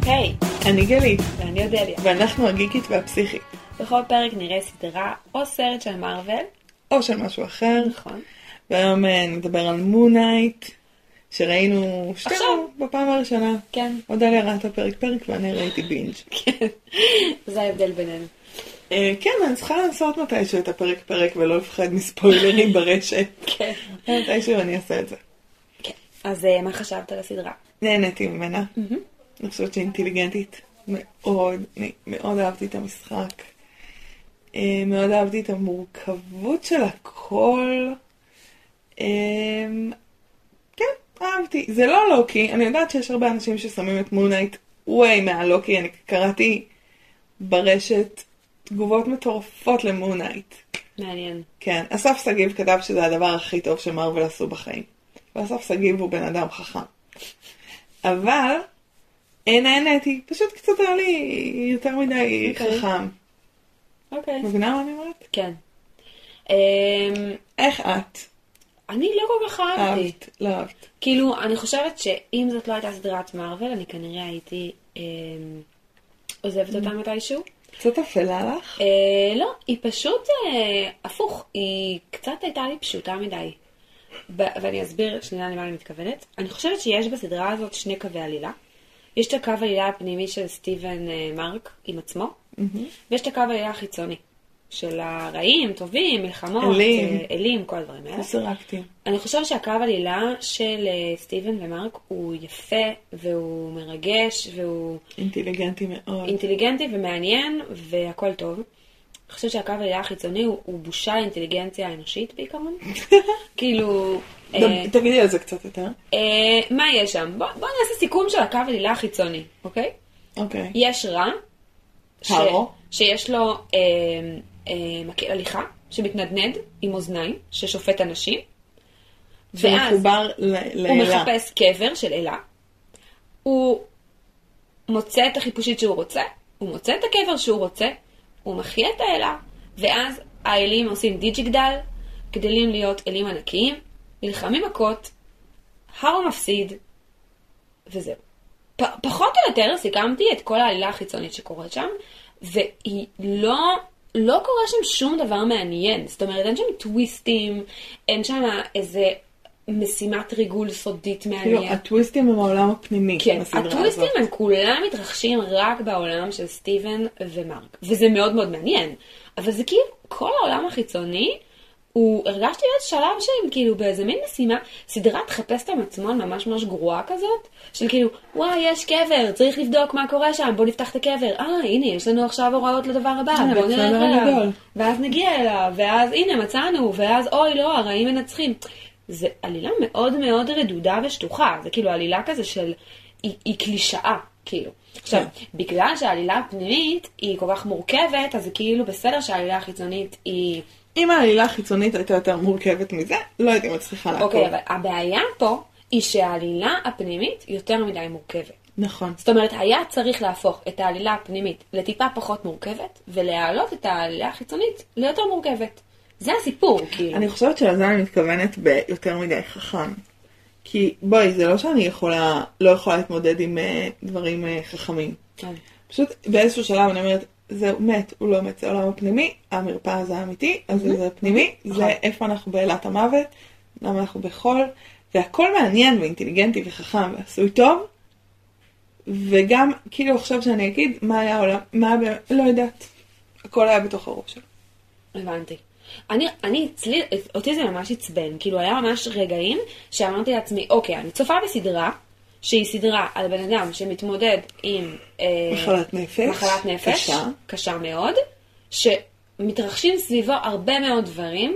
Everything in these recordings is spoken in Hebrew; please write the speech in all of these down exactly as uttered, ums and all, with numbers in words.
היי, אני גלית, ואני אודליה. ואנחנו הגיקית והפסיכית. בכל פרק נראה סדרה או סרט של מארוול. או של משהו אחר. נכון. והיום נדבר על מונייט, שראינו שתינו בפעם הראשונה. כן. אודליה ראתה פרק פרק ואני ראיתי בינג'. כן, זה ההבדל בינינו. כן, אני צריכה לעשות מתישהו את הפרק פרק ולא לפחד מספוילרים ברשת. כן. מתישהו אני אעשה את זה. כן. אז מה חשבת על הסדרה? נהניתי ממנה. אני חושבת שהיא אינטליגנטית מאוד, אני מאוד אהבתי את המשחק. מאוד אהבתי את המורכבות של הכל. כן, אהבתי. זה לא לוקי, אני יודעת שיש הרבה אנשים ששמים את מונייט ווי מהלוקי, אני קראתי ברשת תגובות מטורפות למונייט. מעניין. כן, אסף סגיב כתב שזה הדבר הכי טוב שמרוול עשו בחיים. ואסף סגיב הוא בן אדם חכם. אבל נהניתי, פשוט קצת היה לי יותר מדי חכם. אוקיי. מבינה מה אני אומרת? כן. איך את? אני לא כל כך אהבתי. אהבת, לא אהבת. כאילו, אני חושבת שאם זאת לא הייתה סדרת מארוול, אני כנראה הייתי עוזבת אותה מתישהו. קצת אפלה לך? לא, היא פשוט הפוך. היא קצת הייתה לי פשוטה מדי. ואני אסביר שנייה למה אני מתכוונת. אני חושבת שיש בסדרה הזאת שני קווי עלילה. יש את הקו העלילה הפנימי של סטיבן מרק עם עצמו, ויש את הקו העלילה החיצוני של הרעים, טובים, מלחמות, אלים, אלים, כל הדברים האלה. סרקטים. אני חושבת שהקו העלילה של סטיבן ומרק הוא יפה, והוא מרגש, והוא אינטליגנטי מאוד. אינטליגנטי ומעניין, והכל טוב. אני חושבת שהקו העלילה החיצוני הוא, הוא בושה לאינטליגנציה האנושית בעיקרון. כאילו... תגידי על זה קצת יותר. מה יש שם? בוא נעשה סיכום של הקו העלילה החיצוני, אוקיי? אוקיי. יש רע, הרו, שיש לו מקל הליכה, שמתנדנד עם אוזניים, ששופט אנשים. שמחובר לאלה. הוא מחפש קבר של אלה. הוא מוצא את החיפושית שהוא רוצה, הוא מוצא את הקבר שהוא רוצה, הוא מחיה את האלה, ואז האלים עושים דיג'יגדל, גדלים להיות אלים ענקיים, נלחמים מכות, הרו מפסיד, וזהו. פ- פחות או יותר סיכמתי את כל העלילה החיצונית שקורית שם, והיא לא, לא קורה שם שום דבר מעניין. זאת אומרת, אין שם טוויסטים, אין שם איזה משימת ריגול סודית מעניין. כאילו, הטוויסטים הם העולם הפנימי. כן, הטוויסטים הם כולם מתרחשים רק בעולם של סטיבן ומרק, וזה מאוד מאוד מעניין. אבל זה כאילו, כל העולם החיצוני, הוא הרגשתי באיזה שלב שהם כאילו באיזה מין משימה, סדרה תחפש את המצמון ממש ממש גרועה כזאת, של כאילו, וואי, יש קבר, צריך לבדוק מה קורה שם, בוא נפתח את הקבר, אה, הנה, יש לנו עכשיו הוראות לדבר הבא, בוא נלך אליו, ואז נגיע אליו, ואז הנה, מצאנו, ואז אוי, לא, הרעים מנצחים. זה עלילה מאוד מאוד רדודה ושטוחה, זה כאילו עלילה כזה של, היא, היא קלישאה, כאילו. עכשיו, בגלל שהעלילה הפנימית היא כל כך מורכבת, אז זה כאילו בסדר שהעלילה החיצונית היא... אם העלילה החיצונית הייתה יותר מורכבת מזה, לא הייתי מצליחה לעקוב. אוקיי, אבל הבעיה פה היא שהעלילה הפנימית יותר מדי מורכבת. נכון. זאת אומרת, היה צריך להפוך את העלילה הפנימית לטיפה פחות מורכבת, ולהעלות את העלילה החיצונית ליותר מורכבת. זה הסיפור, כאילו. אני חושבת שלזה אני מתכוונת ביותר מדי חכם. כי בואי, זה לא שאני יכולה, לא יכולה להתמודד עם דברים חכמים. כן. פשוט באיזשהו שלב אני אומרת, זה מת, הוא לא מת, זה עולם הפנימי, המרפאה זה האמיתי, אז זה פנימי, זה איפה אנחנו בעילת המוות, למה אנחנו בחול, והכל מעניין ואינטליגנטי וחכם ועשוי טוב, וגם כאילו עכשיו שאני אגיד מה היה העולם, מה היה, לא יודעת, הכל היה בתוך הראש שלו. הבנתי. אני, אני, אצלי, אותי זה ממש עצבן, כאילו היה ממש רגעים שאמרתי לעצמי, אוקיי, אני צופה בסדרה, שהיא סדרה על בן אדם שמתמודד עם מחלת נפש, מחלת נפש קשה. קשה מאוד, שמתרחשים סביבו הרבה מאוד דברים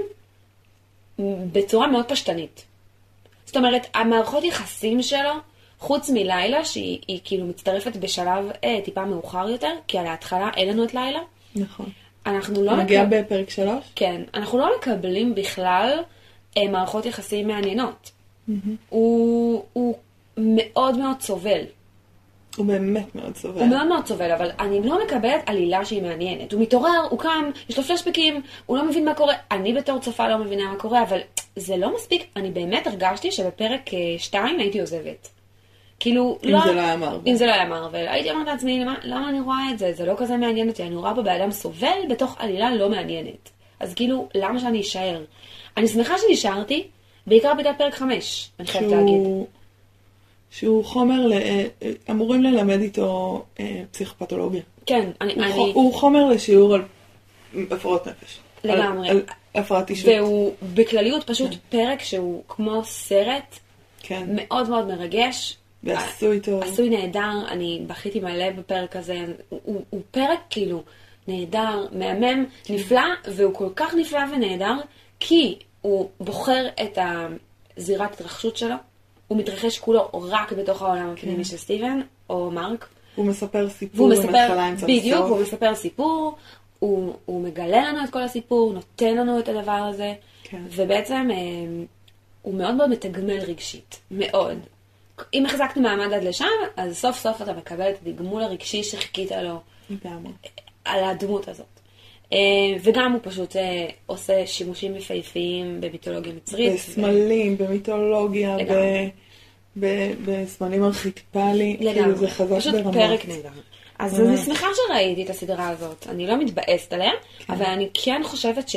בצורה מאוד פשטנית. זאת אומרת, המערכות יחסים שלו, חוץ מלילה, שהיא היא כאילו מצטרפת בשלב אה, טיפה מאוחר יותר, כי על ההתחלה אין לנו את לילה. נכון. אנחנו לא מגיע מקב... בפרק שלוש? כן, אנחנו לא מקבלים בכלל אה, מערכות יחסים מעניינות. Mm-hmm. הוא, הוא מאוד מאוד סובל. הוא באמת מאוד סובל. הוא מאוד מאוד סובל, אבל אני לא מקבלת עלילה שהיא מעניינת. הוא מתעורר, הוא קם, יש לו פלשבקים, הוא לא מבין מה קורה. אני בתור צופה לא מבינה מה קורה, אבל זה לא מספיק. אני באמת הרגשתי שבפרק שתיים הייתי עוזבת. כאילו, אם לא... זה לא היה מרוול. אם זה לא היה מרוול. הייתי אומרת לעצמי, למה, למה אני רואה את זה? זה לא כזה מעניין אותי. אני רואה פה באדם סובל בתוך עלילה לא מעניינת. אז כאילו, למה שאני אשאר? אני שמחה שנשארתי, בעיקר בגלל פרק חמש, אני חייבת להגיד. שהוא חומר, ל... אמורים ללמד איתו אה, פסיכופתולוגיה. כן, אני... הוא, אני... ח... הוא חומר לשיעור על הפרעות נפש. לגמרי. על, על הפרעת אישות. והוא בכלליות פשוט כן. פרק שהוא כמו סרט, כן. מאוד מאוד מרגש. ועשוי טוב. עשוי נהדר, אני בכיתי מלא בפרק הזה. הוא, הוא, הוא פרק כאילו נהדר, מהמם, כן. נפלא, והוא כל כך נפלא ונהדר, כי הוא בוחר את הזירת התרחשות שלו, הוא מתרחש כולו רק בתוך העולם הפנימי של סטיבן, או מרק. הוא מספר סיפור במתחלה עם צד סוף. בדיוק, הוא מספר סיפור, הוא, הוא מגלה לנו את כל הסיפור, נותן לנו את הדבר הזה, כן. ובעצם הוא מאוד מאוד מתגמל רגשית, מאוד. אם החזקת מעמד עד לשם, אז סוף סוף אתה מקבל את הדגמול הרגשי שחיכית לו על הדמות הזאת. וגם הוא פשוט עושה שימושים יפהפיים במיתולוגיה מצרית. בסמלים, במיתולוגיה, בסמלים ארכיטיפליים, כאילו זה חזק ברמות. פשוט פרק נהדר. אז אני שמחה שראיתי את הסדרה הזאת. אני לא מתבאסת עליה, אבל אני כן חושבת ש...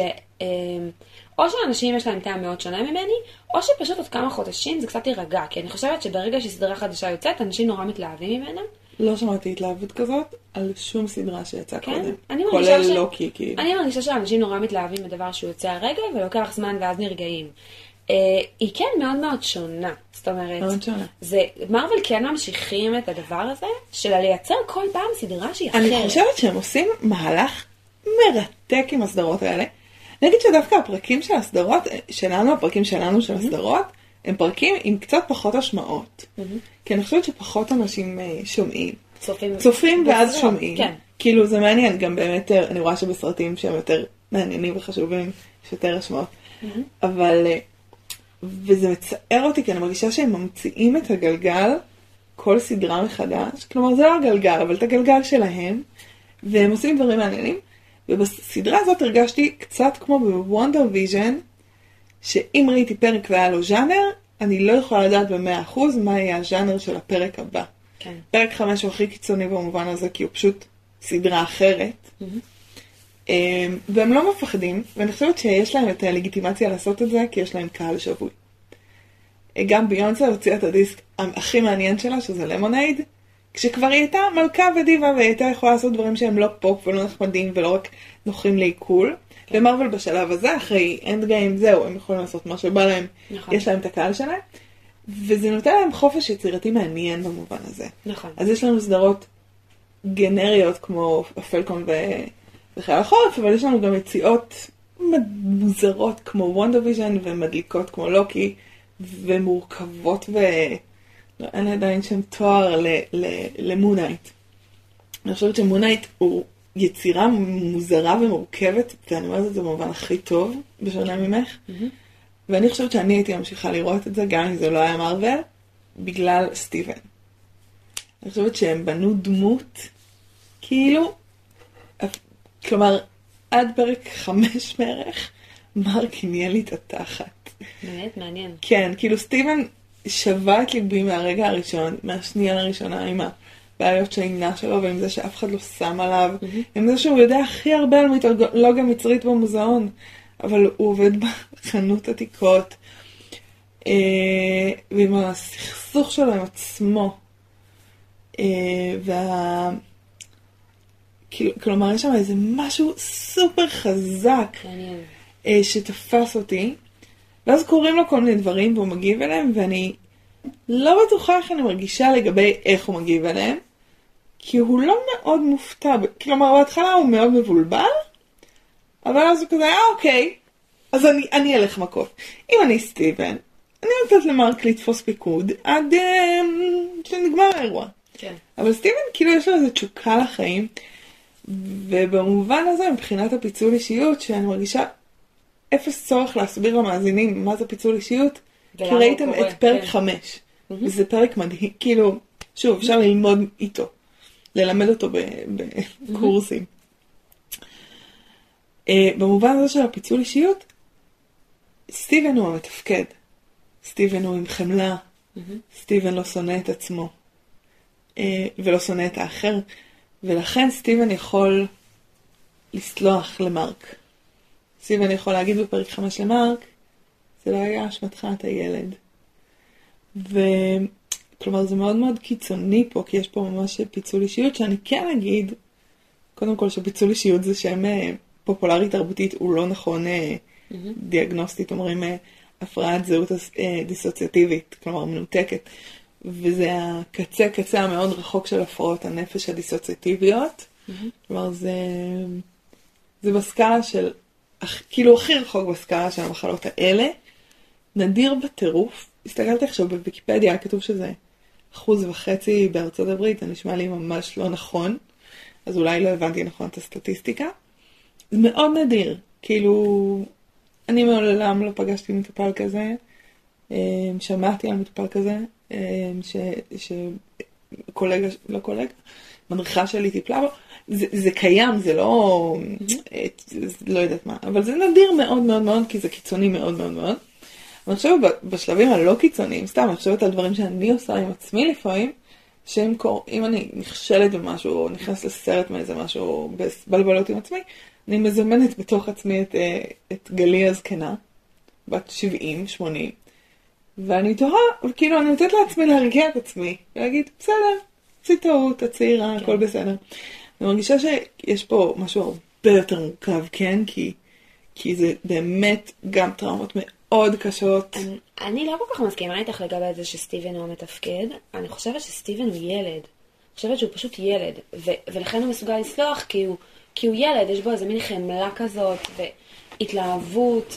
או שאנשים יש להם טעם מאוד שונה ממני, או שפשוט עוד כמה חודשים זה קצת יירגע, כי אני חושבת שברגע שסדרה חדשה יוצאת, אנשים נורא מתלהבים ממנה. לא שמעתי התלהבות כזאת על שום סדרה שיצאה כן? קודם. כולל ש... לוקי, כאילו. אני מרגישה שאנשים נורא מתלהבים בדבר שהוא יוצא הרגע, ולוקח זמן ואז נרגעים. אה, היא כן מאוד מאוד שונה. זאת אומרת, מאוד שונה. זה, מרוול כן ממשיכים את הדבר הזה, של לייצר כל פעם סדרה שהיא אחרת. אני חושבת שהם עושים מהלך מרתק עם הסדרות האלה. נגיד שדווקא הפרקים של הסדרות, שלנו, הפרקים שלנו של הסדרות, הם פרקים עם קצת פחות השמעות. כי אני חושבת שפחות אנשים שומעים. צופים. צופים ואז שומעים. כן. כאילו זה מעניין, גם באמת, אני רואה שבסרטים שהם יותר מעניינים וחשובים, יש יותר השמעות. אבל, וזה מצער אותי, כי אני מרגישה שהם ממציאים את הגלגל, כל סדרה מחדש. כלומר, זה לא הגלגל, אבל את הגלגל שלהם, והם עושים דברים מעניינים. ובסדרה הזאת הרגשתי קצת כמו בוונדר ויז'ן, שאם ראיתי פרק והיה לו ז'אנר, אני לא יכולה לדעת במאה אחוז מה יהיה הז'אנר של הפרק הבא. כן. פרק חמש הוא הכי קיצוני במובן הזה, כי הוא פשוט סדרה אחרת. Mm-hmm. והם לא מפחדים, ואני חושבת שיש להם את הלגיטימציה לעשות את זה, כי יש להם קהל שבוי. גם ביונסה הוציאה את הדיסק הכי מעניין שלה, שזה למונייד, כשכבר היא הייתה מלכה ודיבה, והיא הייתה יכולה לעשות דברים שהם לא פופ ולא נחמדים, ולא רק נוחים לעיכול. כן. ומרוול בשלב הזה, אחרי אנד גיים, זהו, הם יכולים לעשות מה שבא להם, נכון. יש להם את הקהל שלהם, וזה נותן להם חופש יצירתי מעניין במובן הזה. נכון. אז יש לנו סדרות גנריות, כמו הפלקון ו... וחייל החורף, אבל יש לנו גם יציאות מוזרות, כמו וונדר ויז'ן, ומדליקות כמו לוקי, ומורכבות ו... לא, אין עדיין שם תואר למונייט. אני חושבת שמונייט הוא יצירה מוזרה ומורכבת, ואני אומרת את זה במובן הכי טוב, בשונה ממך. Mm-hmm. ואני חושבת שאני הייתי ממשיכה לראות את זה, גם אם זה לא היה מרוול, בגלל סטיבן. אני חושבת שהם בנו דמות, כאילו, כלומר, עד פרק חמש בערך, מרק עניין לי את התחת. באמת, מעניין. כן, כאילו סטיבן שווה את ליבי מהרגע הראשון, מהשנייה הראשונה, עם הבעיות שהעינה שלו, ועם זה שאף אחד לא שם עליו, mm-hmm. עם זה שהוא יודע הכי הרבה על מיתולוגיה מצרית במוזיאון, אבל הוא עובד בחנות עתיקות, אה, ועם הסכסוך שלו עם עצמו, אה, וה... כאילו, כלומר, יש שם איזה משהו סופר חזק, מעניין. אה, שתפס אותי, ואז קוראים לו כל מיני דברים, והוא מגיב אליהם, ואני לא בטוחה איך אני מרגישה לגבי איך הוא מגיב אליהם, כי הוא לא מאוד מופתע, כלומר, בהתחלה הוא מאוד מבולבל, אבל אז הוא כזה, אה, אוקיי, אז אני, אני אלך מכות. אם אני סטיבן, אני נותנת למרק לתפוס פיקוד, עד אה, שנגמר האירוע. כן. אבל סטיבן, כאילו, יש לו איזו תשוקה לחיים, ובמובן הזה, מבחינת הפיצול אישיות, שאני מרגישה אפס צורך להסביר למאזינים מה זה פיצול אישיות, כי ראיתם את פרק חמש. וזה פרק מדהים, כאילו, שוב, אפשר ללמוד איתו, ללמד אותו בקורסים. במובן הזה של הפיצול אישיות, סטיבן הוא המתפקד. סטיבן הוא עם חמלה, סטיבן לא שונא את עצמו, ולא שונא את האחר, ולכן סטיבן יכול לסלוח למרק. סטיבן יכול להגיד בפרק חמש למרק, זה לא היה אשמתך, אתה ילד. וכלומר זה מאוד מאוד קיצוני פה, כי יש פה ממש פיצול אישיות, שאני כן אגיד, קודם כל שפיצול אישיות זה שם פופולרי תרבותית, הוא לא נכון mm-hmm. דיאגנוסטית, אומרים הפרעת זהות דיסוציאטיבית, כלומר מנותקת, וזה הקצה קצה המאוד רחוק של הפרעות הנפש הדיסוציאטיביות, mm-hmm. כלומר זה, זה בסקאלה של, כאילו הכי רחוק בסקאלה של המחלות האלה, נדיר בטירוף, הסתכלתי עכשיו בוויקיפדיה, כתוב שזה אחוז וחצי בארצות הברית, זה נשמע לי ממש לא נכון, אז אולי לא הבנתי נכון את הסטטיסטיקה. זה מאוד נדיר, כאילו, אני מעולם לא פגשתי מטופל כזה, שמעתי על מטופל כזה, שקולגה, לא קולגה, מדריכה שלי טיפלה בו, זה, זה קיים, זה לא, לא יודעת מה, אבל זה נדיר מאוד מאוד מאוד, כי זה קיצוני מאוד מאוד מאוד. אני חושבת בשלבים הלא קיצוניים, סתם, אני חושבת על דברים שאני עושה עם עצמי לפעמים, שאם קור... אם אני נכשלת במשהו, או נכנס לסרט מאיזה משהו, או בלבלות עם עצמי, אני מזמנת בתוך עצמי את, את גלי הזקנה, בת שבעים, שמונים, ואני תוהה, כאילו אני נותנת לעצמי להרגיע את עצמי, ולהגיד, בסדר, עשי טעות, הצעירה, הכל בסדר. אני מרגישה שיש פה משהו הרבה יותר מורכב, כן? כי, כי זה באמת גם טראומות מאוד קשות. אני, אני לא כל כך מסכימה איתך לגבי זה שסטיבן הוא מתפקד. אני חושבת שסטיבן הוא ילד. אני חושבת שהוא פשוט ילד. ו, ולכן הוא מסוגל לסלוח, כי הוא, כי הוא ילד. יש בו איזה מין חמלה כזאת, והתלהבות,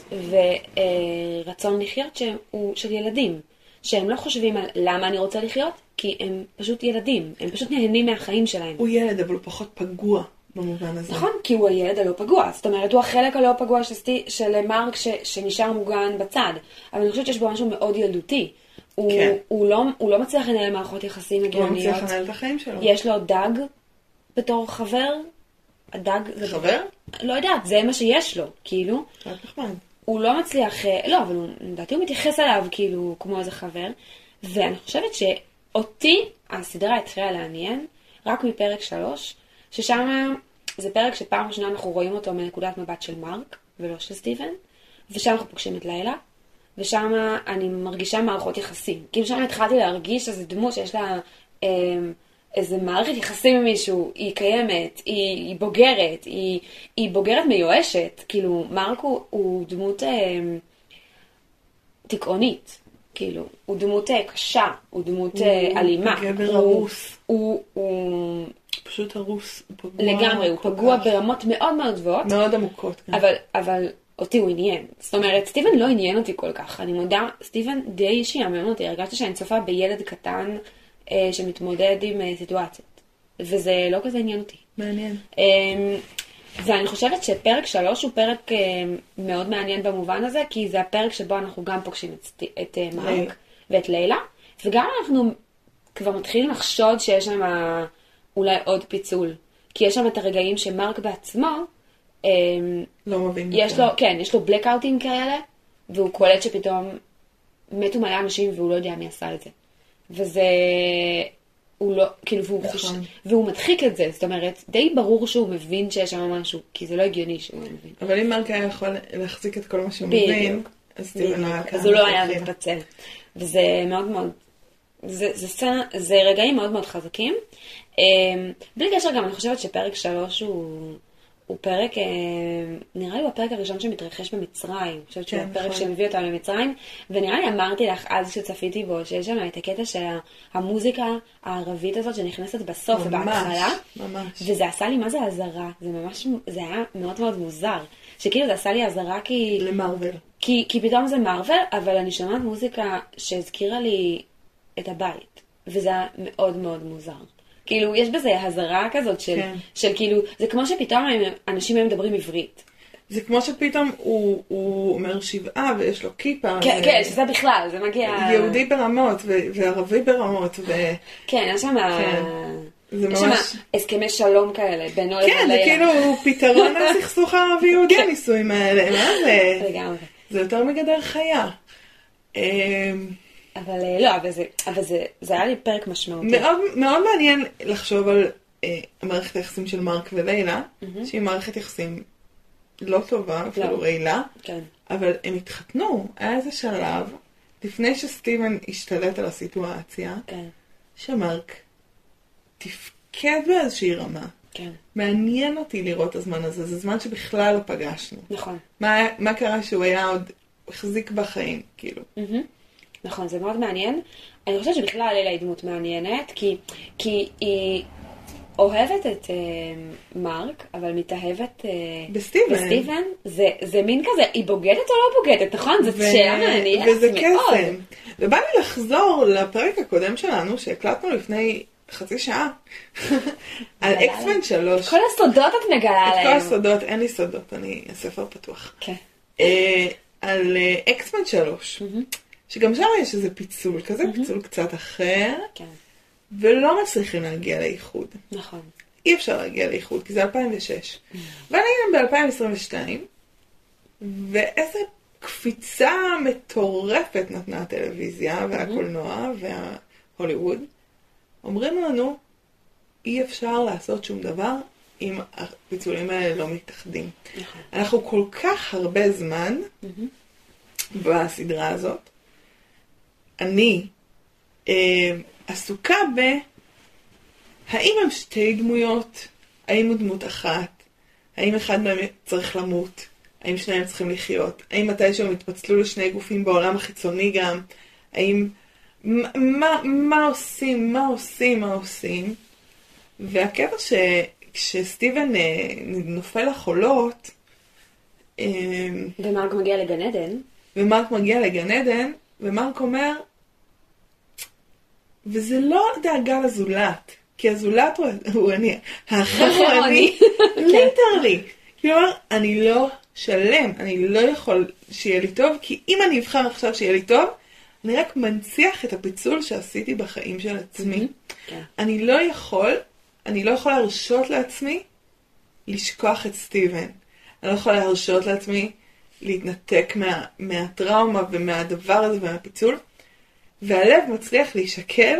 ורצון לחיות שהוא של ילדים. שהם לא חושבים על למה אני רוצה לחיות, כי הם פשוט ילדים. הם פשוט נהנים מהחיים שלהם. הוא ילד, אבל הוא פחות פגוע. במובן הזה. נכון, כי הוא הילד הלא פגוע. זאת אומרת, הוא החלק הלא פגוע שסטי, של מרק ש, שנשאר מוגן בצד. אבל אני חושבת שיש בו משהו מאוד ילדותי. הוא, כן. הוא, לא, הוא לא מצליח לנהל מערכות יחסים הגיוניות. הוא לא מצליח לנהל את החיים שלו. יש לו דג בתור חבר. הדג זה... חבר? לא יודעת, זה מה שיש לו, כאילו. רק נחמד. הוא לא מצליח... לא, אבל הוא, לדעתי הוא מתייחס עליו כאילו כמו איזה חבר. ואני חושבת שאותי הסדרה התחילה לעניין רק מפרק שלוש, ששם זה פרק שפעם ראשונה אנחנו רואים אותו מנקודת מבט של מרק, ולא של סטיבן, ושם אנחנו פוגשים את לילה, ושם אני מרגישה מערכות יחסים. כאילו שם התחלתי להרגיש איזו דמות שיש לה אה, איזו מערכת יחסים עם מישהו, היא קיימת, היא, היא בוגרת, היא, היא בוגרת מיואשת. כאילו מרק הוא, הוא דמות אה, תקעונית. כאילו, הוא דמות קשה, הוא דמות הוא אלימה. הוא גבר הרוס. הוא, הוא... פשוט הרוס. הוא פגוע. לגמרי, הוא פגוע כך. ברמות מאוד מאוד גבוהות. מאוד עמוקות. כן. אבל, אבל אותי הוא עניין. זאת אומרת, סטיבן לא עניין אותי כל כך. אני מודה, סטיבן די שיאמן אותי. הרגשתי שאני צופה בילד קטן אה, שמתמודד עם אה, סיטואציות. וזה לא כזה עניין אותי. מעניין. אה, ואני חושבת שפרק שלוש הוא פרק אה, מאוד מעניין במובן הזה, כי זה הפרק שבו אנחנו גם פוגשים את, את אה, מרק ואת לילה, וגם אנחנו כבר מתחילים לחשוד שיש שם אולי עוד פיצול. כי יש שם את הרגעים שמרק בעצמו, אה, לא מבין. יש לו, כן, יש לו בלקאוטים כאלה, והוא קולט שפתאום מתו מלא אנשים והוא לא יודע מי עשה את זה. וזה... הוא לא, כאילו, והוא, חוש... והוא מדחיק את זה, זאת אומרת, די ברור שהוא מבין שיש שם משהו, כי זה לא הגיוני שהוא מבין. אבל אם מרק היה יכול להחזיק את כל מה שהוא מבין, אז תראו, אז הוא לא היה מתפצל. וזה מאוד מאוד, זה, זה סצנה, זה רגעים מאוד מאוד חזקים. בלי קשר גם, אני חושבת שפרק שלוש הוא, הוא פרק, נראה לי הוא הפרק הראשון שמתרחש במצרים. אני חושבת שהוא הפרק שמביא אותנו למצרים, ונראה לי אמרתי לך אז שצפיתי בו, שיש שם את הקטע של המוזיקה הערבית הזאת שנכנסת בסוף ובהתחלה. ממש. וזה עשה לי, מה זה הזרה? זה ממש, זה היה מאוד מאוד מוזר. שכאילו זה עשה לי הזרה כי... למרוול. כי, כי פתאום זה מרוול, אבל אני שומעת מוזיקה שהזכירה לי את הבית. וזה היה מאוד מאוד מוזר. כאילו, יש בזה הזרה כזאת של, כן. של כאילו, זה כמו שפתאום אנשים הם מדברים עברית. זה כמו שפתאום הוא, הוא אומר שבעה ויש לו כיפה. כן, ו... כן, שזה בכלל, זה מגיע... יהודי ברמות ו... וערבי ברמות. ו... כן, יש שם... כן. יש ממש... שם הסכמי שלום כאלה, בינו לבין לילה. כן, זה כאילו פתרון הסכסוך הערבי-יהודי הניסויים האלה. מה זה? לגמרי. זה יותר מגדר חיה. אבל לא, אבל זה, אבל זה, זה היה לי פרק משמעותי. מאוד, מאוד מעניין לחשוב על אה, מערכת היחסים של מרק ולילה, mm-hmm. שהיא מערכת יחסים לא טובה, אפילו לא. רעילה, כן. אבל הם התחתנו, היה איזה שלב, לפני שסטיבן השתלט על הסיטואציה, כן. שמרק תפקד באיזושהי רמה. כן. מעניין אותי לראות את הזמן הזה, זה זמן שבכלל לא פגשנו. נכון. מה, מה קרה שהוא היה עוד, החזיק בחיים, כאילו. Mm-hmm. נכון, זה מאוד מעניין. אני חושבת שבכלל לילה היא דמות מעניינת, כי, כי היא אוהבת את uh, מרק, אבל מתאהבת uh, בסטיבן. בסטיבן. זה, זה מין כזה, היא בוגדת או לא בוגדת, נכון? זאת ו... שאלה מעניינת מאוד. וזה קסם. ובא לי לחזור לפרק הקודם שלנו, שהקלטנו לפני חצי שעה, על אקסמן שלוש. כל הסודות את מגלה עליהם. את כל הסודות, אין לי סודות, אני הספר פתוח. כן. Uh, על אקסמן שלוש. Mm-hmm. שגם שם יש איזה פיצול, כזה mm-hmm. פיצול קצת אחר, כן. ולא מצליחים להגיע לאיחוד. נכון. אי אפשר להגיע לאיחוד, כי זה אלפיים ושש. Mm-hmm. ואני גם ב-אלפיים עשרים ושתיים, ואיזה קפיצה מטורפת נתנה הטלוויזיה, והקולנוע, וההוליווד. אומרים לנו, אי אפשר לעשות שום דבר, אם הפיצולים האלה לא מתאחדים. נכון. אנחנו כל כך הרבה זמן, mm-hmm. בסדרה הזאת, אני אה, עסוקה ב... האם הם שתי דמויות? האם הוא דמות אחת? האם אחד מהם צריך למות? האם שניהם צריכים לחיות? האם מתישהו מתפצלו לשני גופים בעולם החיצוני גם? האם... מה, מה עושים? מה עושים? מה עושים? והקטע שכשסטיבן אה, נופל לחולות... אה, ומרק מגיע לגן עדן. ומרק מגיע לגן עדן, ומרק אומר, וזה לא דאגה לזולת, כי הזולת הוא, הוא אני, האחר הוא אני, ליטרלי. כלומר, אני לא שלם, אני לא יכול שיהיה לי טוב, כי אם אני אבחר עכשיו שיהיה לי טוב, אני רק מנציח את הפיצול שעשיתי בחיים של עצמי. אני לא יכול, אני לא יכול להרשות לעצמי לשכוח את סטיבן. אני לא יכול להרשות לעצמי להתנתק מה, מהטראומה ומהדבר הזה ומהפיצול, והלב מצליח להישקל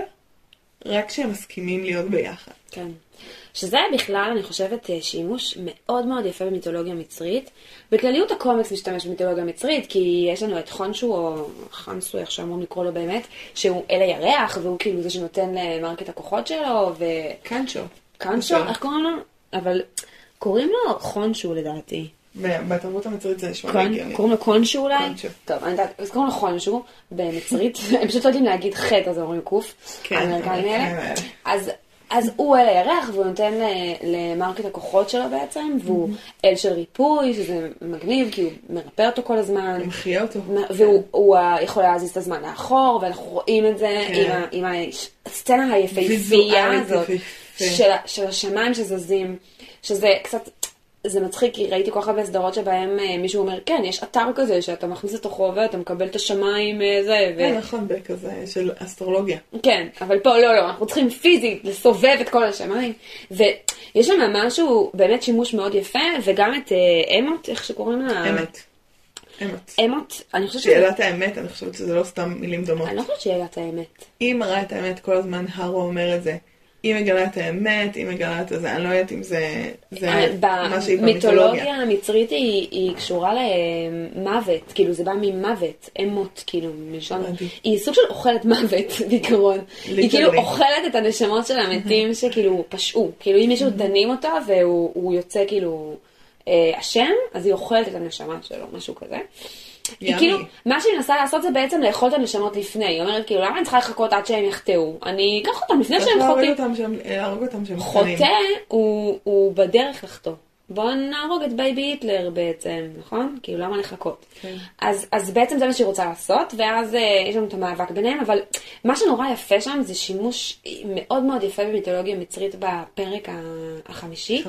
רק כשהם מסכימים להיות ביחד. כן. שזה בכלל, אני חושבת, שימוש מאוד מאוד יפה במיתולוגיה מצרית. בכלליות הקומיקס משתמש במיתולוגיה מצרית, כי יש לנו את חונסו, או חנסו, איך שאמורים לקרוא לו באמת, שהוא אל הירח, והוא כאילו זה שנותן למרק את הכוחות שלו, ו... קנצ'ו. קנצ'ו? איך קוראים לו? אבל קוראים לו חונסו לדעתי. בתרבות המצרית זה נשמע הגיוני. קוראים לו קונשו אולי? קונשו. טוב, אני יודעת, אז קוראים לו חונסו במצרית. הם פשוט לא יודעים להגיד חטא, אז אומרים קוף. כן. האמריקאים האלה. אז... אז הוא אל הירח, והוא נותן למרק את הכוחות שלו בעצם, והוא mm-hmm. אל של ריפוי, שזה מגניב, כי הוא מרפא אותו כל הזמן. הוא מחיה אותו. והוא יכול להזיז את הזמן לאחור, ואנחנו רואים את זה כן. עם, עם הסצנה היפהפייה הזאת, של, של השמיים שזזים, שזה קצת... זה מצחיק, כי ראיתי כל כך הרבה סדרות שבהם מישהו אומר, כן, יש אתר כזה שאתה מכניס את החוב ואתה מקבל את השמיים זה. כן, נכון, בכזה של אסטרולוגיה. כן, אבל פה לא, לא, אנחנו צריכים פיזית לסובב את כל השמיים. ויש שם משהו, באמת שימוש מאוד יפה, וגם את אמות, איך שקוראים לה? אמת. אמת. אמות, אני חושבת שאלת האמת, אני חושבת שזה לא סתם מילים דומות. אני לא חושבת שאלת האמת. היא מראה את האמת כל הזמן, הרו אומר את זה. היא מגלה את האמת, היא מגלה את זה, אני לא יודעת אם זה, זה מה שהיא במיתולוגיה. במיתולוגיה המצרית היא, היא קשורה למוות, כאילו זה בא ממוות, אמות, כאילו, מלשון, היא סוג של אוכלת מוות בעיקרון. היא כאילו אוכלת את הנשמות של המתים שכאילו פשעו, כאילו אם מישהו דנים אותו והוא יוצא כאילו אשם, אז היא אוכלת את הנשמה שלו, משהו כזה. היא כאילו, מה שהיא מנסה לעשות זה בעצם לאכול את הנשמות לפני. היא אומרת, כאילו, למה אני צריכה לחכות עד שהם יחטאו? אני אקח אותם לפני שהם חוטאים. להרוג אותם שהם חוטא הוא בדרך לחטוא. בואו נהרוג את בייבי היטלר בעצם, נכון? כאילו, למה לחכות? אז בעצם זה מה שהיא רוצה לעשות, ואז יש לנו את המאבק ביניהם, אבל מה שנורא יפה שם זה שימוש מאוד מאוד יפה במיתולוגיה מצרית בפרק החמישי,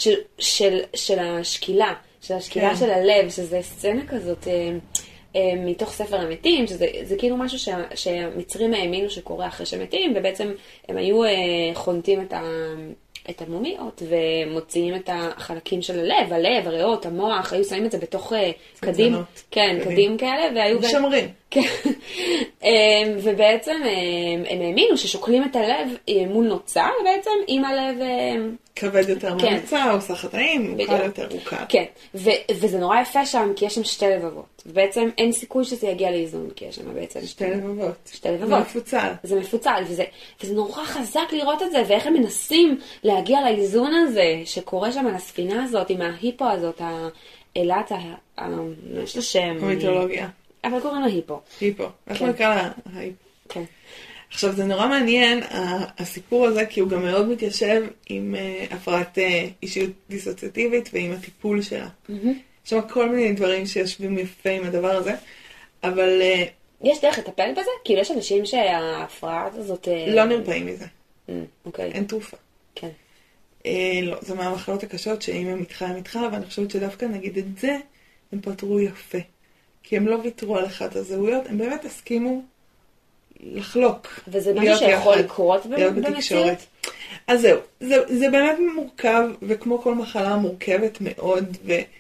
של השקילה. של השקילה של הלב, שזה סצנה כזאת אה, אה, מתוך ספר המתים, שזה זה כאילו משהו שה, שהמצרים האמינו שקורה אחרי שמתים, ובעצם הם היו אה, חונטים את, ה, את המומיות, ומוציאים את החלקים של הלב, הלב, הריאות, המוח, היו שמים את זה בתוך אה, קדים, כן, קדים. קדים כאלה, והיו משמרים. כן. אמ, ובעצם אמ, הם האמינו ששוקלים את הלב מול נוצה, ובעצם אם הלב... אמ, כבד יותר כן. מהנוצה, הוא סך הטעים, הוא בדיוק. קל יותר, הוא קל. כן, ו- וזה נורא יפה שם, כי יש שם שתי לבבות. ובעצם אין סיכוי שזה יגיע לאיזון, כי יש שם בעצם... שתי לבבות. שתי לבבות. זה מפוצל. זה מפוצל, וזה, וזה נורא חזק לראות את זה, ואיך הם מנסים להגיע לאיזון הזה, שקורה שם על הספינה הזאת, עם ההיפו הזאת, האלת, ה... יש לה שם. המיתולוגיה. אבל קוראים לה היפו. היפו. איך הוא נקרא לה? ההיפו. כן. עכשיו זה נורא מעניין הסיפור הזה, כי הוא גם מאוד מתיישב עם uh, הפרעת uh, אישיות דיסוציאטיבית ועם הטיפול שלה. Mm-hmm. יש שם כל מיני דברים שיושבים יפה עם הדבר הזה, אבל... Uh, יש דרך לטפל בזה? כאילו יש אנשים שההפרעה הזאת... Uh... לא נרפאים מזה. Mm, אוקיי. אין תרופה. כן. Uh, לא, זה מהמחלות הקשות שאם הם איתך הם איתך, אבל אני חושבת שדווקא נגיד את זה, הם פתרו יפה. כי הם לא ויתרו על אחת הזהויות, הם באמת הסכימו לחלוק. וזה משהו שיכול לקרות במציאות? אז זהו, זה, זה באמת מורכב, וכמו כל מחלה מורכבת מאוד,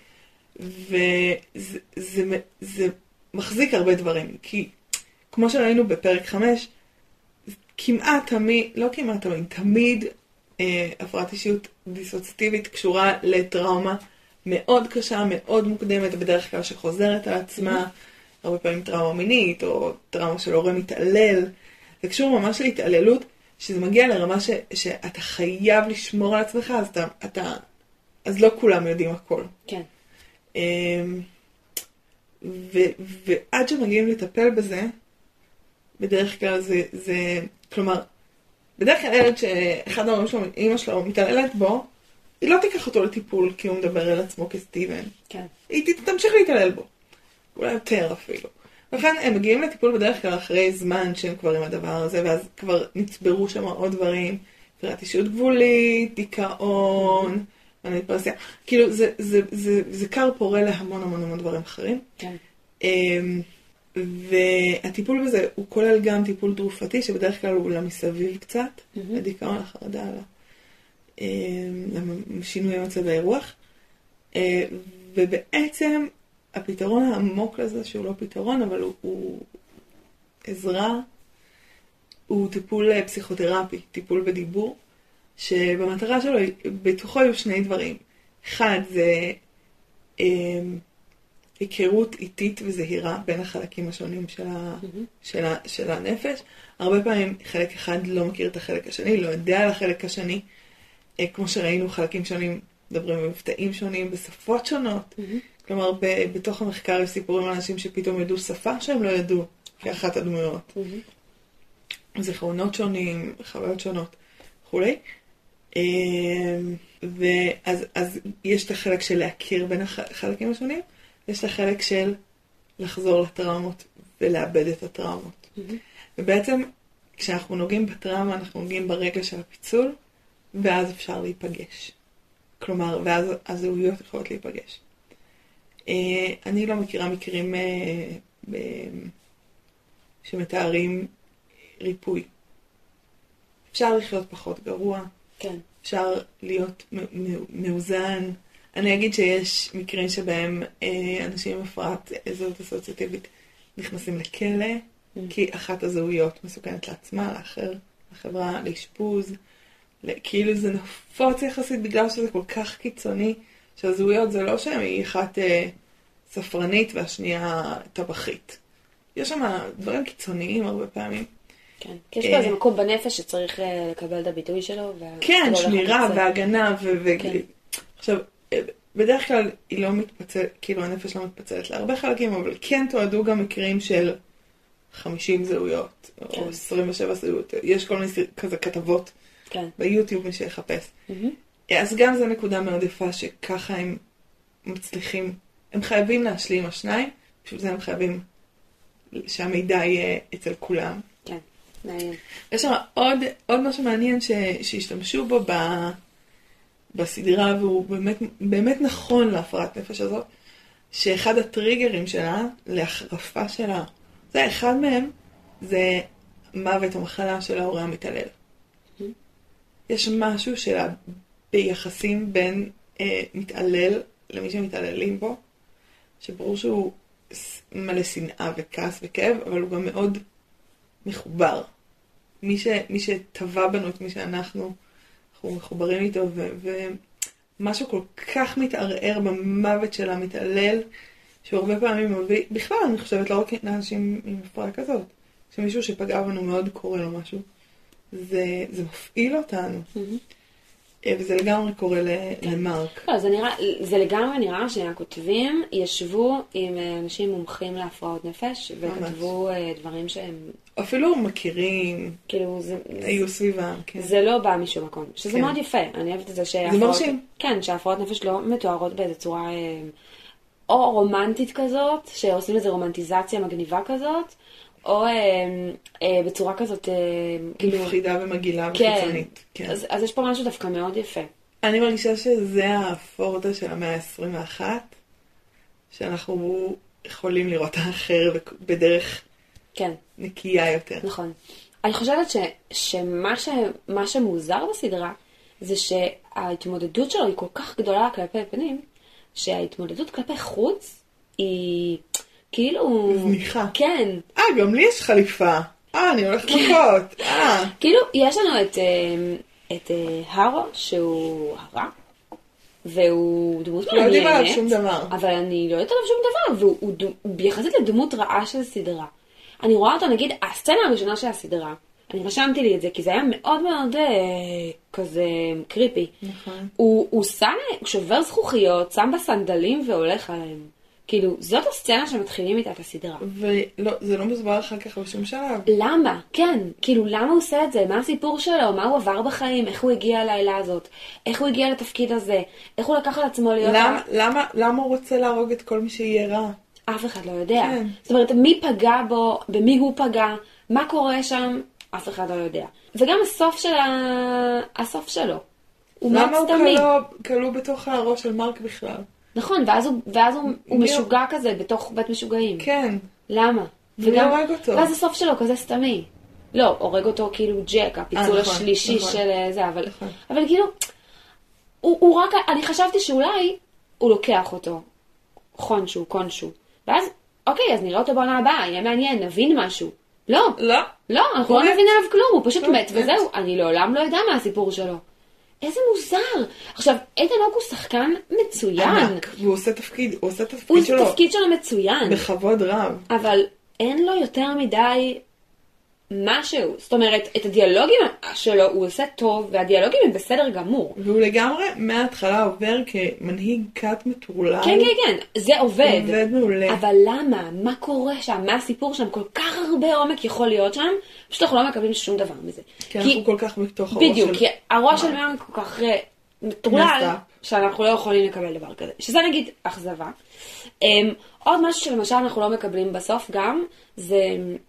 וזה זה, זה מחזיק הרבה דברים. כי כמו שראינו בפרק חמש, כמעט תמיד, לא כמעט תמיד, תמיד אה, הפרעת אישיות דיסוציאטיבית קשורה לטראומה מאוד קשה, מאוד מוקדמת, בדרך כלל שחוזרת על עצמה, הרבה פעמים טראומה מינית, או טראומה של הורה מתעלל. זה קשור ממש להתעללות, שזה מגיע לרמה ש, שאתה חייב לשמור על עצמך, אז, אתה, אתה, אז לא כולם יודעים הכל. כן. ו, ועד שמגיעים לטפל בזה, בדרך כלל זה, זה, כלומר, בדרך כלל ילד שאחד ההורים שלו, אמא שלו מתעללת בו, היא לא תיקח אותו לטיפול כי הוא מדבר על עצמו כסטיבן. כן. היא תמשיך להתעלל בו. אולי יותר אפילו. ולכן הם מגיעים לטיפול בדרך כלל אחרי זמן שהם כבר עם הדבר הזה, ואז כבר נצברו שם עוד דברים, הפרעת אישיות גבולית, דיכאון, מניפרסיה. כאילו זה, זה, זה, זה קר פורה להמון המון המון דברים אחרים. כן. והטיפול בזה הוא כולל גם טיפול תרופתי, שבדרך כלל הוא למסביב קצת, לדיכאון, לחרדה, לשינוי מצבי רוח. ובעצם הפתרון העמוק לזה, שהוא לא פתרון, אבל הוא, הוא עזרה, הוא טיפול פסיכותרפי, טיפול בדיבור, שבמטרה שלו, בתוכו היו שני דברים. אחד זה אה, היכרות איטית וזהירה בין החלקים השונים של, ה, mm-hmm. של, ה, של הנפש. הרבה פעמים חלק אחד לא מכיר את החלק השני, לא יודע על החלק השני. אה, כמו שראינו, חלקים שונים מדברים במבטאים שונים, בשפות שונות. Mm-hmm. כלומר, ב- בתוך המחקר יש סיפורים על אנשים שפתאום ידעו שפה שהם לא ידעו, כאחת הדמויות. Mm-hmm. זיכרונות שונים, חוויות שונות, וכולי. ואז אז יש את החלק של להכיר בין החלקים השונים, ויש את החלק של לחזור לטראומות ולאבד את הטראומות. Mm-hmm. ובעצם, כשאנחנו נוגעים בטראומה, אנחנו נוגעים ברגע של הפיצול, ואז אפשר להיפגש. כלומר, ואז הזהויות יכולות להיפגש. אני לא מכירה מקרים שמתארים ריפוי. אפשר לחיות פחות גרוע. כן. אפשר להיות מאוזן. אני אגיד שיש מקרים שבהם אנשים עם הפרעת זהות אסוציאטיבית נכנסים לכלא, mm. כי אחת הזהויות מסוכנת לעצמה, לאחר, לחברה, לאשפוז. כאילו זה נפוץ יחסית בגלל שזה כל כך קיצוני, שהזהויות זה לא שהיא אחת אה, ספרנית והשנייה טבחית. יש שם דברים קיצוניים הרבה פעמים. כן, כי יש פה איזה מקום בנפש שצריך לקבל את הביטוי שלו. כן, שמירה והגנה. עכשיו, בדרך כלל היא לא מתפצלת, כאילו הנפש לא מתפצלת להרבה חלקים, אבל כן תועדו גם מקרים של חמישים זהויות, או עשרים ושבע זהויות. יש כל מיני כזה כתבות ביוטיוב מי שיחפש. אז גם זו נקודה מאוד יפה שככה הם מצליחים, הם חייבים להשלים השניים, בשביל זה הם חייבים שהמידע יהיה אצל כולם. כן, מעניין. יש שם עוד, עוד משהו מעניין ש, שהשתמשו בו ב, בסדרה, והוא באמת, באמת נכון להפרעת נפש הזאת, שאחד הטריגרים שלה, להחרפה שלה, זה אחד מהם, זה מוות או מחלה של ההורה המתעלל. Mm-hmm. יש משהו שלה ביחסים בין אה, מתעלל למי שמתעללים בו, שברור שהוא מלא שנאה וכעס וכאב, אבל הוא גם מאוד מחובר. מי, ש, מי שטבע בנו את מי שאנחנו, אנחנו מחוברים איתו, ו, ומשהו כל כך מתערער במוות שלה, מתעלל, שהוא הרבה פעמים מביא, בכלל אני חושבת, לא רק לאנשים עם הפרעה כזאת, שמישהו שפגע בנו מאוד קורא לו משהו, זה, זה מפעיל אותנו. וזה לגמרי קורה למרק. לא, זה נראה, זה לגמרי נראה שהכותבים ישבו עם אנשים מומחים להפרעות נפש, וכתבו דברים שהם... אפילו מכירים, כאילו זה... היו סביבם, כן. זה לא בא משום מקום, שזה מאוד יפה. אני אוהבת את זה שהפרעות... זה מרשים. כן, שהפרעות נפש לא מתוארות באיזו צורה או רומנטית כזאת, שעושים איזו רומנטיזציה מגניבה כזאת, או אה, אה, בצורה כזאת, אה, כאילו... מפחידה ומגעילה וחיצונית. כן, אז, אז יש פה משהו דווקא מאוד יפה. אני מרגישה שזה הפורטה של המאה ה-עשרים ואחת, שאנחנו יכולים לראות האחר בדרך כן. נקייה יותר. נכון. אני חושבת ש, שמה ש, מה שמוזר בסדרה, זה שההתמודדות שלו היא כל כך גדולה כלפי פנים, שההתמודדות כלפי חוץ היא... כאילו... זניחה. כן. אה, גם לי יש חליפה. אה, אני הולכת מכות. אה. כאילו, יש לנו את, את הרו, שהוא הרע, והוא דמות מעניינת. לא יודעים עליו שום דבר. אבל אני לא יודעת עליו שום דבר, והוא ביחסית לדמות רעה של סדרה. אני רואה אותו, נגיד, הסצנה הראשונה של הסדרה, אני רשמתי לי את זה, כי זה היה מאוד מאוד אה, כזה קריפי. נכון. הוא, הוא שם, הוא שובר זכוכיות, שם בסנדלים והולך עליהם. כאילו, זאת הסצנה שמתחילים איתה את הסדרה. ולא, זה לא מוסבר אחר כך בשום שלב. למה? כן. כאילו, למה הוא עושה את זה? מה הסיפור שלו? מה הוא עבר בחיים? איך הוא הגיע לילה הזאת? איך הוא הגיע לתפקיד הזה? איך הוא לקח על עצמו להיות... למה, למה, למה הוא רוצה להרוג את כל מי שיהיה רע? אף אחד לא יודע. כן. זאת אומרת, מי פגע בו? במי הוא פגע? מה קורה שם? אף אחד לא יודע. וגם הסוף של ה... הסוף שלו. הוא מאוד סתמי. למה הוא כלוא בתוך הראש של מרק בכלל? נכון, ואז הוא, ואז הוא, הוא משוגע כזה בתוך בית משוגעים. כן. למה? וגם הורג אותו. ואז הסוף שלו כזה סתמי. לא, הורג אותו כאילו ג'ק, הפיצול 아, נכון, השלישי נכון. של זה, אבל, נכון. אבל כאילו, הוא, הוא רק, אני חשבתי שאולי הוא לוקח אותו, חונשו, קונשו, ואז, אוקיי, אז נראה אותו בעונה הבאה, יהיה מעניין, נבין משהו. לא, לא. לא, אנחנו לא נבין עליו כלום, הוא פשוט לא, מת, מת. וזהו, אני לעולם לא יודע מה הסיפור שלו. איזה מוזר. עכשיו, איתן הוק הוא שחקן מצוין. ענק, והוא עושה תפקיד, הוא עושה הוא תפקיד שלו. עושה תפקיד שלו מצוין. בכבוד רב. אבל אין לו יותר מדי משהו. זאת אומרת, את הדיאלוגים שלו הוא עושה טוב, והדיאלוגים הם בסדר גמור. והוא לגמרי מההתחלה עובר כמנהיג קאט מטורלל. כן, כן, כן, זה עובד. הוא עובד מעולה. אבל למה? מה קורה שם? מה הסיפור שם? כל כך הרבה עומק יכול להיות שם, פשוט אנחנו לא מקבלים שום דבר מזה. כי אנחנו כל כך בתוך הראש של... בדיוק, כי הראש של מרק כל כך מטורלל, שאנחנו לא יכולים לקבל דבר כזה. שזה נגיד אכזבה. עוד משהו שלמשל אנחנו לא מקבלים בסוף גם, זה...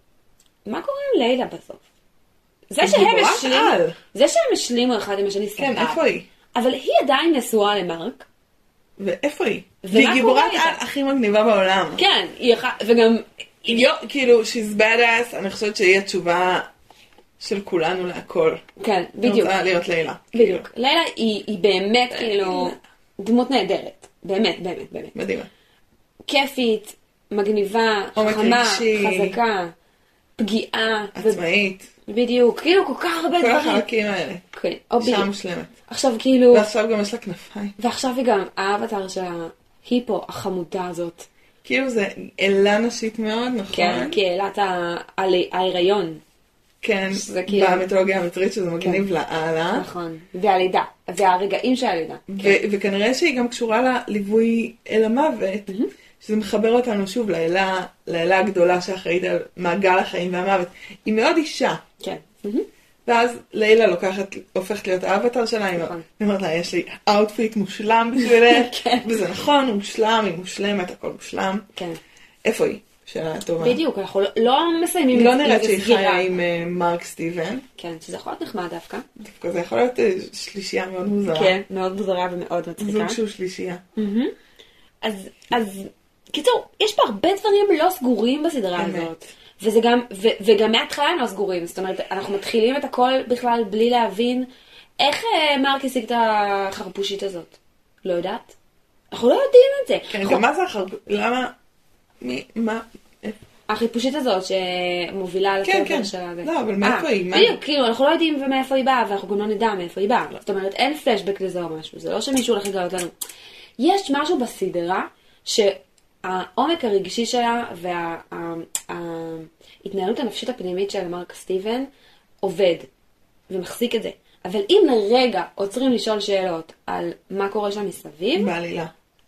מה קורה עם לילה בסוף? זה שהם השלימו, זה שהם השלימו אחד עם השני סבבה. כן, איפה היא? אבל היא עדיין נשואה למרק. ואיפה היא? והיא גיבורת על הכי מגניבה בעולם. כן, וגם... כאילו, she's badass, אני חושבת שהיא התשובה של כולנו להכל. כן, בדיוק. אני רוצה להיות לילה. בדיוק. לילה היא באמת כאילו דמות נהדרת. באמת, באמת, באמת. מדהימה. כיפית, מגניבה, חכמה, חזקה. פגיעה. עצמאית. בדיוק, כאילו כל כך הרבה דברים. כל החלקים האלה. כן. אישה מושלמת. עכשיו כאילו... ועכשיו גם יש לה כנפיים. ועכשיו היא גם האבטר של ההיפו, החמודה הזאת. כאילו זה אלה נשית מאוד, נכון? כן, כי אלת ההיריון. כן, כאילו... במיתולוגיה המצרית שזה מגניב כן. לאללה. נכון, והלידה, והרגעים של הלידה. ו- כן. וכנראה שהיא גם קשורה לליווי אל המוות. Mm-hmm. שזה מחבר אותנו שוב לאלה, לאלה הגדולה שאחראית על מעגל החיים והמוות. היא מאוד אישה. כן. ואז לילה לוקחת, הופכת להיות האבטר שלה, היא אומרת לה, יש לי אאוטפיט מושלם בשבילך, וזה נכון, הוא מושלם, היא מושלמת, הכל מושלם. כן. איפה היא? שאלה טובה. בדיוק, אנחנו לא מסיימים לא נראית שהיא חיה עם מרק סטיבן. כן, שזה יכול להיות נחמד דווקא. דווקא זה יכול להיות שלישייה מאוד מוזרה. כן, מאוד מוזרה ומאוד מצחיקה. זוג שהוא שלישייה. אז, אז, קיצור, יש פה הרבה דברים לא סגורים בסדרה הזאת. וזה גם, ו, וגם מההתחלה הם לא סגורים. זאת אומרת, אנחנו מתחילים את הכל בכלל בלי להבין איך מרק השיג את החרפושית הזאת. לא יודעת? אנחנו לא יודעים את זה. כן, גם מה זה החרפושית? למה? מי, מה? החיפושית הזאת שמובילה לקבר של הזה. לא, אבל מאיפה היא? בדיוק, כאילו, אנחנו לא יודעים מאיפה היא באה, ואנחנו גם לא נדע מאיפה היא באה. זאת אומרת, אין פלשבק לזה או משהו. זה לא שמישהו הולך לגלות לנו. יש משהו בסדרה שהעומק הרגשי שלה וההתנהלות הנפשית הפנימית של מרק סטיבן עובד ומחזיק את זה. אבל אם לרגע עוצרים לשאול שאלות על מה קורה שם מסביב, בעלילה.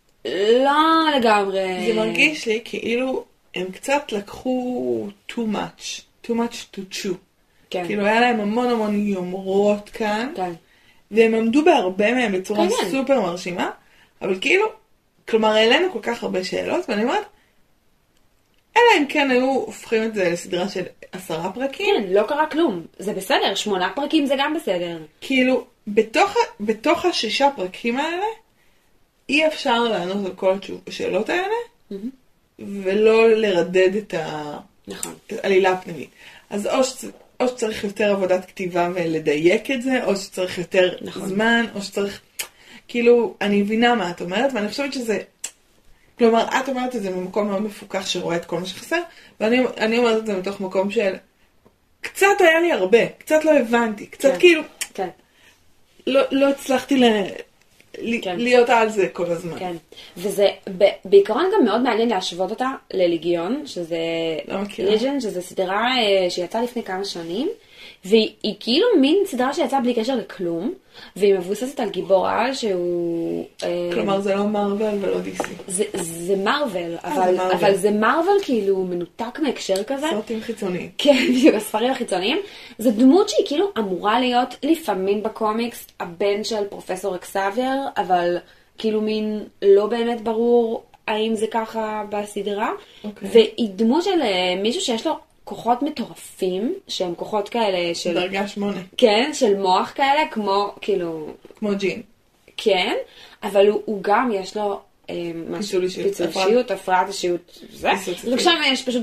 לא לגמרי. זה מרגיש לי כאילו הם קצת לקחו too much, too much to chew. כן. כאילו היה להם המון המון יומרות כאן, כן. והם עמדו בהרבה מהם בצורה כן, סופר מרשימה, אבל כאילו, כלומר העלינו כל כך הרבה שאלות, ואני אומרת, אלא אם כן היו הופכים את זה לסדרה של עשרה פרקים. כן, לא קרה כלום. זה בסדר, שמונה פרקים זה גם בסדר. כאילו, בתוך, בתוך השישה פרקים האלה, אי אפשר לענות על כל השאלות האלה, mm-hmm. ולא לרדד את העלילה הפנימית. אז או, שצ... או שצריך יותר עבודת כתיבה ולדייק את זה, או שצריך יותר נכון. זמן, או שצריך... כאילו, אני מבינה מה את אומרת, ואני חושבת שזה... כלומר, את אומרת את זה ממקום מאוד מפוקח שרואה את כל מה שחסר, ואני אני אומרת את זה מתוך מקום של... קצת היה לי הרבה, קצת לא הבנתי, קצת כן. כאילו... כן. לא, לא הצלחתי ל... כן. להיות על זה כל הזמן. כן, וזה ב- בעיקרון גם מאוד מעניין להשוות אותה לליגיון, שזה ליג'ן, שזה סדרה uh, שיצאה לפני כמה שנים, והיא היא כאילו מין סדרה שיצאה בלי קשר לכלום, והיא מבוססת על גיבור על שהוא... כלומר, uh, זה לא מרוול ולא די סי. זה, זה מרוול, אבל, זה אבל זה מרוול כאילו מנותק מהקשר כזה. סרטים חיצוניים. כן, בדיוק, הספרים החיצוניים. זו דמות שהיא כאילו אמורה להיות לפעמים בקומיקס הבן של פרופסור אקסאבייר, אבל כאילו מין לא באמת ברור האם זה ככה בסדרה. Okay. והיא דמות של מישהו שיש לו כוחות מטורפים, שהם כוחות כאלה של... דרגה שמונה. כן, של מוח כאלה, כמו כאילו... כמו ג'ין. כן, אבל הוא, הוא גם יש לו... פיצול אישיות. פיצול אישיות, הפרעת אישיות. זה. וכשם יש פשוט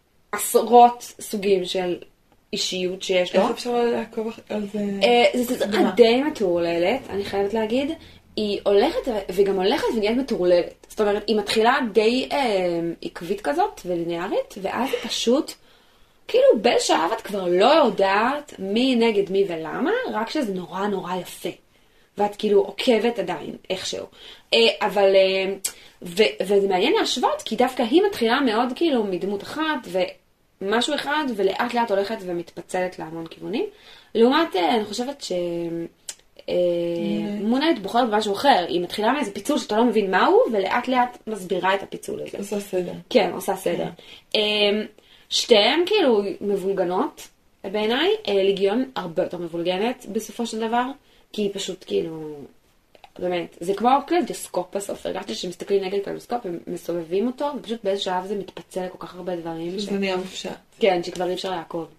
עשרות סוגים של אישיות שיש לו. איך אפשר לעקוב על זה? זה סדרה די מטורללת, אני חייבת להגיד. היא הולכת, וגם הולכת ונהיית מטורללת. זאת אומרת, היא מתחילה די עקבית כזאת וליניארית, ואז היא פשוט... כאילו בשלב את כבר לא יודעת מי נגד מי ולמה, רק שזה נורא נורא יפה. ואת כאילו עוקבת עדיין, איכשהו. אבל, ו, וזה מעניין להשוות, כי דווקא היא מתחילה מאוד כאילו מדמות אחת, ומשהו אחד, ולאט לאט הולכת ומתפצלת להמון כיוונים. לעומת, אני חושבת ש... מונייט בוחרת במשהו אחר. היא מתחילה מאיזה פיצול שאתה לא מבין מהו, ולאט לאט מסבירה את הפיצול הזה. עושה סדר. כן, עושה סדר. שתיהן כאילו מבולגנות בעיניי, ליגיון הרבה יותר מבולגנת בסופו של דבר, כי היא פשוט כאילו, באמת, זה כמו קליידוסקופ בסוף, הרגשתי שמסתכלים נגד קליידוסקופ, הם מסובבים אותו, ופשוט באיזה שלב זה מתפצל לכל כך הרבה דברים. שזה נהיה מופשט. כן, שכבר אי אפשר לעקוב.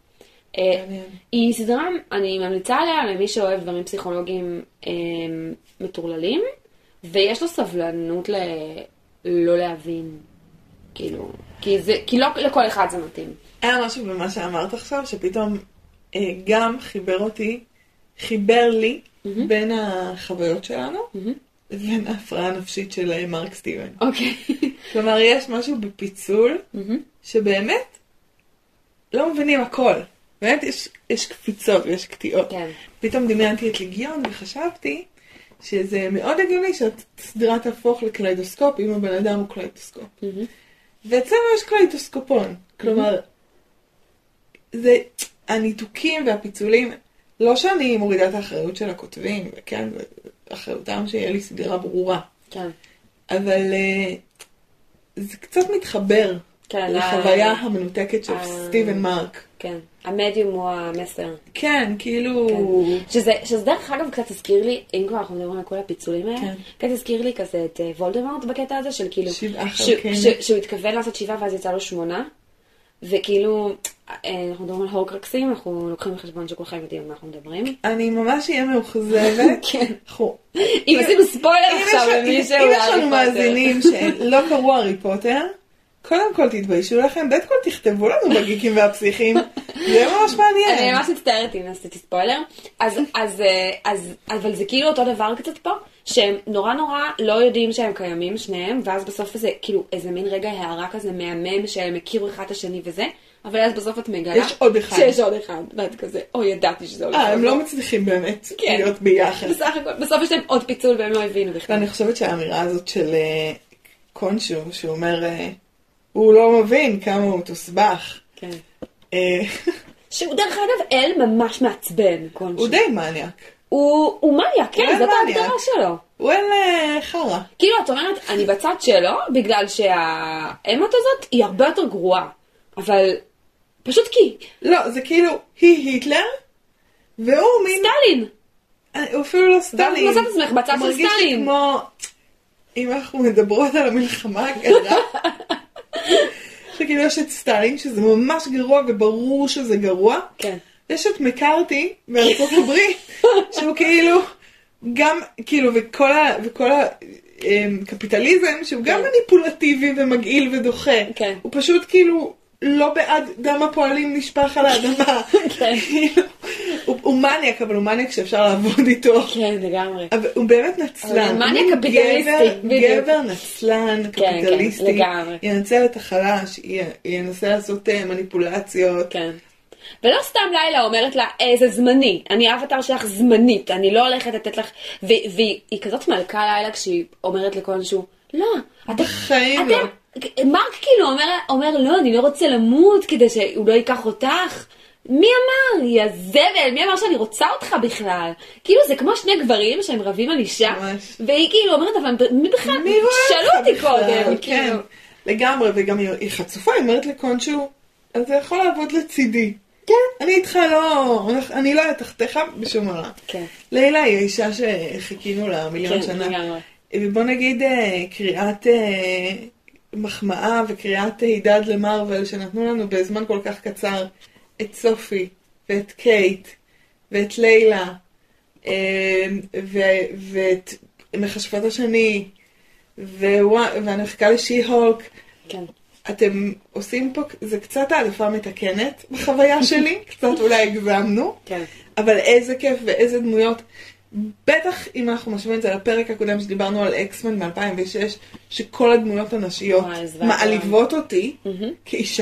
היא סדרה, אני ממליצה עליה למי שאוהב דברים פסיכולוגיים מטורללים, ויש לו סבלנות לא להבין, כאילו, כי, זה, כי לא לכל אחד זה מתאים. היה משהו במה שאמרת עכשיו, שפתאום אה, גם חיבר אותי, חיבר לי mm-hmm. בין החוויות שלנו, mm-hmm. לבין ההפרעה הנפשית של מרק סטיבן. אוקיי. Okay. כלומר, יש משהו בפיצול, mm-hmm. שבאמת לא מבינים הכל. באמת יש, יש קפיצות ויש קטיעות. כן. פתאום דמיינתי את ליגיון וחשבתי שזה מאוד הגיוני שהסדרה תהפוך לקליידוסקופ, אם הבן אדם הוא קליידוסקופ. Mm-hmm. ואצלנו יש קליידוסקופון, כלומר, זה הניתוקים והפיצולים, לא שאני מורידה את האחריות של הכותבים, וכן, אחריותם שיהיה לי סדרה ברורה, כן. אבל זה קצת מתחבר כן, לחוויה ה... המנותקת של ה... סטיבן מרק. כן, המדיום הוא המסר. כן, כאילו... כן. שזה, שזה דרך אגב קצת הזכיר לי, אם כבר אנחנו מדברים על כל הפיצולים האלה, כן. קצת הזכיר לי כזה את וולדמורט בקטע הזה, של כאילו... שבעה ש... ש... ש... שהוא התכוון לעשות שבעה ואז יצא לו שמונה, וכאילו, אנחנו מדברים על הורקרקסים, אנחנו לוקחים בחשבון שכולכם יודעים על מה אנחנו מדברים. אני ממש אהיה מאוכזבת. כן. אם עשינו ספוילר עכשיו למישהו... אם יש לנו מאזינים שלא קראו הארי פוטר, קודם כל תתביישו לכם, בית כל תכתבו לנו בגיקים והפסיכים, זה ממש מעניין. אני ממש מצטערת אם עשיתי ספוילר, אז, אז, אז, אבל זה כאילו אותו דבר קצת פה, שהם נורא נורא לא יודעים שהם קיימים שניהם, ואז בסוף זה כאילו איזה מין רגע הערה כזה מהמם שהם הכירו אחד את השני וזה, אבל אז בסוף את מגלה יש עוד אחד. שיש עוד אחד, ואת כזה, או ידעתי שזה הולך. אה, הם לא מצליחים באמת להיות ביחד. בסך הכל, בסוף יש להם עוד פיצול והם לא הבינו בכלל. ואני חושבת שהאמירה הזאת של קונשו, שהוא אומר, הוא לא מבין כמה הוא תוסבך. כן. שהוא דרך אגב אל ממש מעצבן, קונשו. הוא די מניאק. הוא מניאק, כן, זאת ההגדרה שלו. הוא אל חרה. כאילו, את אומרת, אני בצד שלו, בגלל שהאמת הזאת היא הרבה יותר גרועה. אבל פשוט כי. לא, זה כאילו, היא היטלר, והוא מין... סטלין. הוא אפילו לא סטלין. ואת מוצאת עצמך בצד של סטלין. מרגיש לי כמו, אם אנחנו מדברות על המלחמה הגדולה, שכאילו יש את סטלין, שזה ממש גרוע, וברור שזה גרוע. כן. יש את מקארתי בארצות הברית, שהוא כאילו, גם, כאילו, וכל ה... וכל ה... קפיטליזם שהוא גם מניפולטיבי ומגעיל ודוחה. הוא פשוט כאילו לא בעד דם הפועלים נשפך על האדמה. הוא מניאק, אבל הוא מניאק שאפשר לעבוד איתו. כן, לגמרי. הוא באמת נצלן. הוא מניאק קפיטליסטי. גבר נצלן, קפיטליסטי. ינצל את החלש, ינסה לעשות מניפולציות. כן. ולא סתם לילה אומרת לה, איזה זמני, אני האבטר שלך זמנית, אני לא הולכת לתת לך, והיא כזאת מלכה לילה כשהיא אומרת לקונשו, לא, בחיים לא. מרק כאילו אומר, לא, אני לא רוצה למות כדי שהוא לא ייקח אותך. מי אמר? יא זבל, מי אמר שאני רוצה אותך בכלל? כאילו זה כמו שני גברים שהם רבים על אישה, והיא כאילו אומרת, אבל מי בכלל? שאלו אותי קודם. כן, לגמרי, וגם היא חצופה, היא אומרת לקונשו, אז זה יכול לעבוד לצידי. כן. אני איתך לא, אני לא אתחתיך בשום עולם. כן. לילה היא האישה שחיכינו לה מיליון שנה. ובוא נגיד קריאת מחמאה וקריאת הידד למרוול שנתנו לנו בזמן כל כך קצר את סופי ואת קייט ואת לילה ואת מכשפות השני ואני מחכה לשי הולק. כן. אתם עושים פה, זה קצת העדפה מתקנת בחוויה שלי, קצת אולי הגזמנו, כן. אבל איזה כיף ואיזה דמויות, בטח אם אנחנו משווים את זה לפרק הקודם שדיברנו על אקסמן מ-אלפיים ושש, שכל הדמויות הנשיות מעליבות אותי כאישה,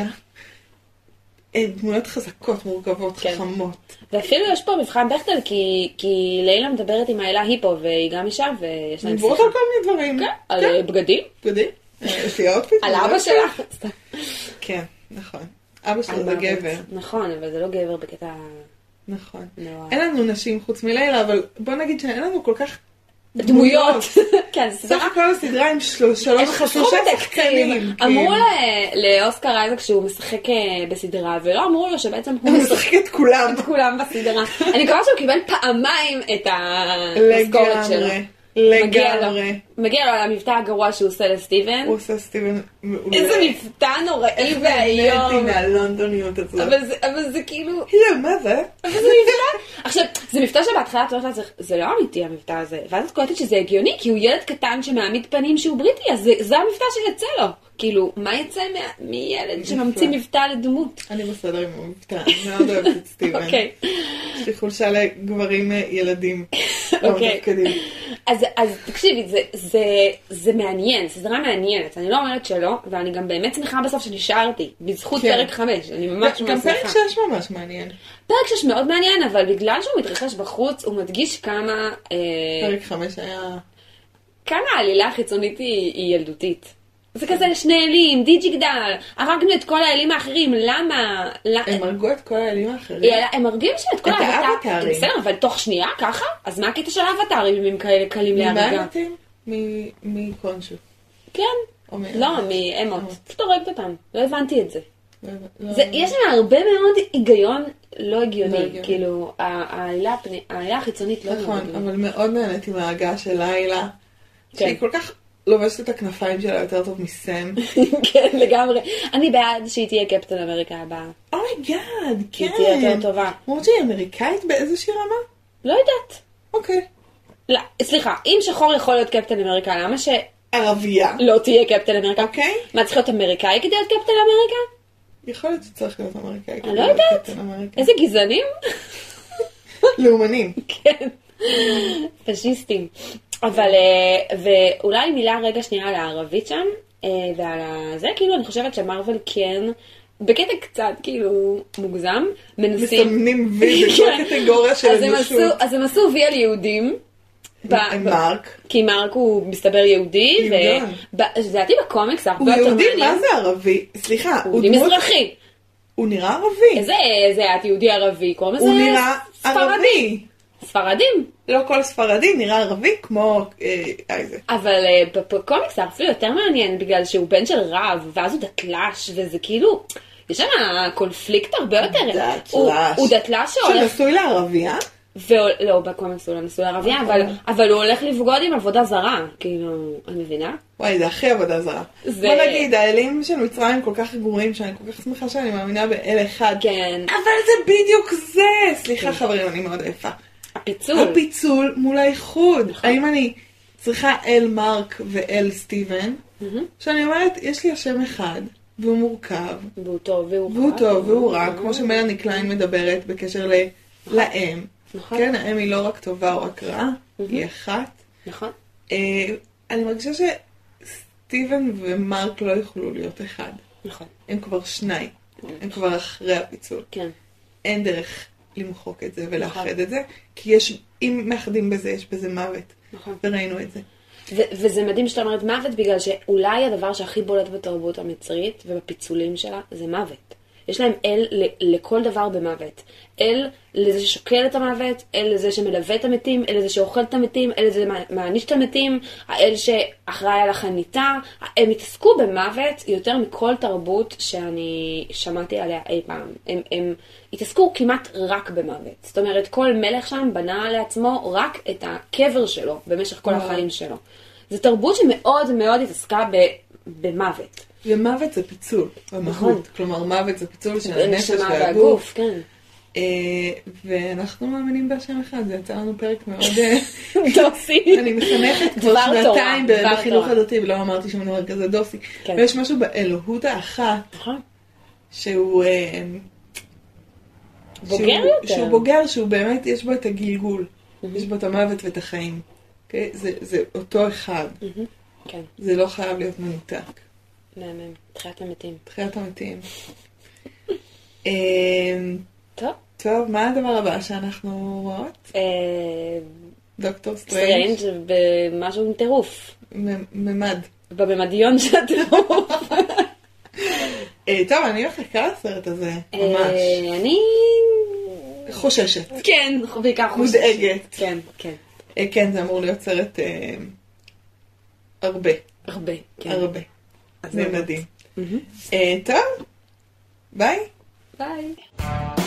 הן דמויות חזקות, מורכבות, כן. חכמות. ואפילו יש פה מבחן בכתל, כי, כי לילה מדברת עם האלה היפו, והיא גם אישה, ויש להם מדברות על כל מיני דברים. כן, על כן. בגדים. בגדים. יש לי אוטפיט. על אבא שלך. כן, נכון. אבא שלו זה גבר. נכון, אבל זה לא גבר בקטע... נכון. אין לנו נשים חוץ מלילה, אבל בוא נגיד שאין לנו כל כך דמויות. כן, סך הכל הסדרה עם שלושה שחקנים. אמרו לאוסקר אייזק שהוא משחק בסדרה, ולא אמרו לו שבעצם הוא משחק את כולם. את כולם בסדרה. אני מקווה שהוא קיבל פעמיים את המשכורת שלו. לגמרי. מגיע לו על המבטא הגרוע שהוא עושה לסטיבן. הוא עושה סטיבן מעולה. איזה מבטא נוראי והיום. איך נהניתי מהלונדוניות הזאת. אבל זה כאילו... לא, מה זה? אבל זה מבטא. עכשיו, זה מבטא שבהתחלה את אומרת, זה לא אמיתי המבטא הזה. ואז את קולטת שזה הגיוני, כי הוא ילד קטן שמעמיד פנים שהוא בריטי, אז זה המבטא שיצא לו. כאילו, מה יצא מילד שממציא מבטא לדמות? אני בסדר עם המבטא, אני מאוד אוהבת את סטיבן. אוקיי. יש לי חולשה לגברים ילדים. אוקיי. אז תקשיבי, זה מעניין, סדרה מעניינת. אני לא אומרת שלא, ואני גם באמת שמחה בסוף שנשארתי, בזכות פרק חמש. אני ממש שמחה. גם פרק שש ממש מעניין. פרק שש מאוד מעניין, אבל בגלל שהוא מתרחש בחוץ, הוא מדגיש כמה... פרק חמש היה... כמה העלילה החיצונית היא ילדותית. זה כזה שני אלים, דיג'י גדל, הרגנו את כל האלים האחרים, למה? הם הרגו את כל האלים האחרים? הם הרגים שם את כל האבטרים. בסדר, אבל תוך שנייה ככה? אז מה הקטע של האבטרים אם הם כאלה קלים להרגה? ממה מתאים? מקונשו. כן. לא, מאמות. פשוט הורגת אותם. לא הבנתי את זה. יש שם הרבה מאוד היגיון לא הגיוני. כאילו, העלילה החיצונית לא נכון, אבל מאוד נהניתי מההגעה של לילה. שהיא כל כך... לובשת את הכנפיים שלה יותר טוב מסם. כן, לגמרי. אני בעד שהיא תהיה קפטן אמריקה הבאה. אומייגאד, כן. היא תהיה יותר טובה. אמרת שהיא אמריקאית באיזושהי רמה? לא יודעת. אוקיי. לא, סליחה, אם שחור יכול להיות קפטן אמריקה, למה ש... ערבייה. לא תהיה קפטן אמריקה? אוקיי. מה, צריך להיות אמריקאי כדי להיות קפטן אמריקה? יכול להיות שצריך להיות אמריקאי. אני לא יודעת. איזה גזענים? לאומנים. כן. פשיסטים. אבל, אה, ואולי מילה רגע שנייה על הערבית שם, אה, ועל זה, כאילו, אני חושבת שמרוול כן, בקטע קצת, כאילו, מוגזם, מנסים... מסמנים וי בכל קטגוריה של אז הם אנושות. עשו- אז הם עשו וי על יהודים. ב- עם ב- מרק. כי מרק הוא מסתבר יהודי, יהודון. ולדעתי בקומיקס הרבה הוא יותר יהודי, מעניין. מה זה ערבי? סליחה, הוא הוא יהודי דמות... מזרחי. הוא נראה ערבי. איזה זה את יהודי ערבי, קוראים לזה הוא נראה ספרדים. ערבי. ספרדים. לא כל ספרדי נראה ערבי כמו אה, איזה. אבל אה, בקומיקס אפילו יותר מעניין, בגלל שהוא בן של רב, ואז הוא דתל"ש, וזה כאילו, יש שם קונפליקט הרבה יותר. דתל"ש. הוא- הוא דתל"ש שהולך, שנשוי לערבייה? ולא, בקומיקס הוא לא נשוי לערבייה, אבל- אבל הוא הולך לבגוד עם עבודה זרה, כאילו, אני מבינה? וואי, זה הכי עבודה זרה. זה- בוא נגיד, האלים של מצרים כל כך גרועים, שאני כל כך שמחה שאני מאמינה באל אחד. כן. אבל זה בדיוק זה! סליחה חברים, אני מאוד עייפה. הפיצול. הפיצול מול האיחוד. האם אני צריכה אל מרק ואל סטיבן, שאני אומרת, יש לי השם אחד, והוא מורכב, והוא טוב והוא והוא רע. טוב והוא רע, כמו שמלאני קליין מדברת בקשר ל- לאם. נכון. כן, האם היא לא רק טובה או רק רעה, היא אחת. נכון. אה, אני מרגישה שסטיבן ומרק לא יוכלו להיות אחד. נכון. הם כבר שניים. הם כבר אחרי הפיצול. כן. אין דרך למחוק את זה ולאחד את זה, כי יש, אם מאחדים בזה, יש בזה מוות. נכון. וראינו את זה. ו- וזה מדהים שאתה אומרת מוות, בגלל שאולי הדבר שהכי בולט בתרבות המצרית ובפיצולים שלה זה מוות. יש להם אל ל- לכל דבר במוות. אל לזה ששוקל את המוות, אל לזה שמלווה את המתים, אל לזה שאוכל את המתים, אל לזה מעניש את המתים, האל שאחראי על החניתה. הם התעסקו במוות יותר מכל תרבות שאני שמעתי עליה אי פעם. הם, הם התעסקו כמעט רק במוות. זאת אומרת, כל מלך שם בנה לעצמו רק את הקבר שלו במשך כל וואו. החיים שלו. זו תרבות שמאוד מאוד התעסקה ב- במוות. ומוות זה פיצול, במהות. נכון. כלומר, מוות זה פיצול של הנפש הנשמה והגוף. כן. אה, ואנחנו מאמינים בהשם אחד, זה יצא לנו פרק מאוד... אה, דוסי. אני מחנכת כבר דבר תורה, שנתיים דבר בחינוך תורה. הדתי, ולא אמרתי שום דבר כזה דוסי. כן. ויש משהו באלוהות האחת, נכון. שהוא... אה, בוגר שהוא- יותר. שהוא בוגר, שהוא באמת, יש בו את הגלגול. יש בו את המוות ואת החיים. אוקיי? זה, זה אותו אחד. כן, זה לא חייב להיות מנותק. מהמם. תחיית המתים. תחיית המתים. אמ, טוב. טוב, מה הדבר הבא שאנחנו רואות? אה, דוקטור סטרנג'. סטרנג' במשהו עם טירוף. מ- ממד. בממדיון של הטירוף. אה, טוב, אני מחכה לסרט הזה, ממש. אה, אני... חוששת. כן, בעיקר חוששת. מודאגת. כן, כן. אה, כן, זה אמור להיות סרט אה, הרבה, הרבה. כן. הרבה. אז זה ממדים. אה, טוב, ביי. ביי.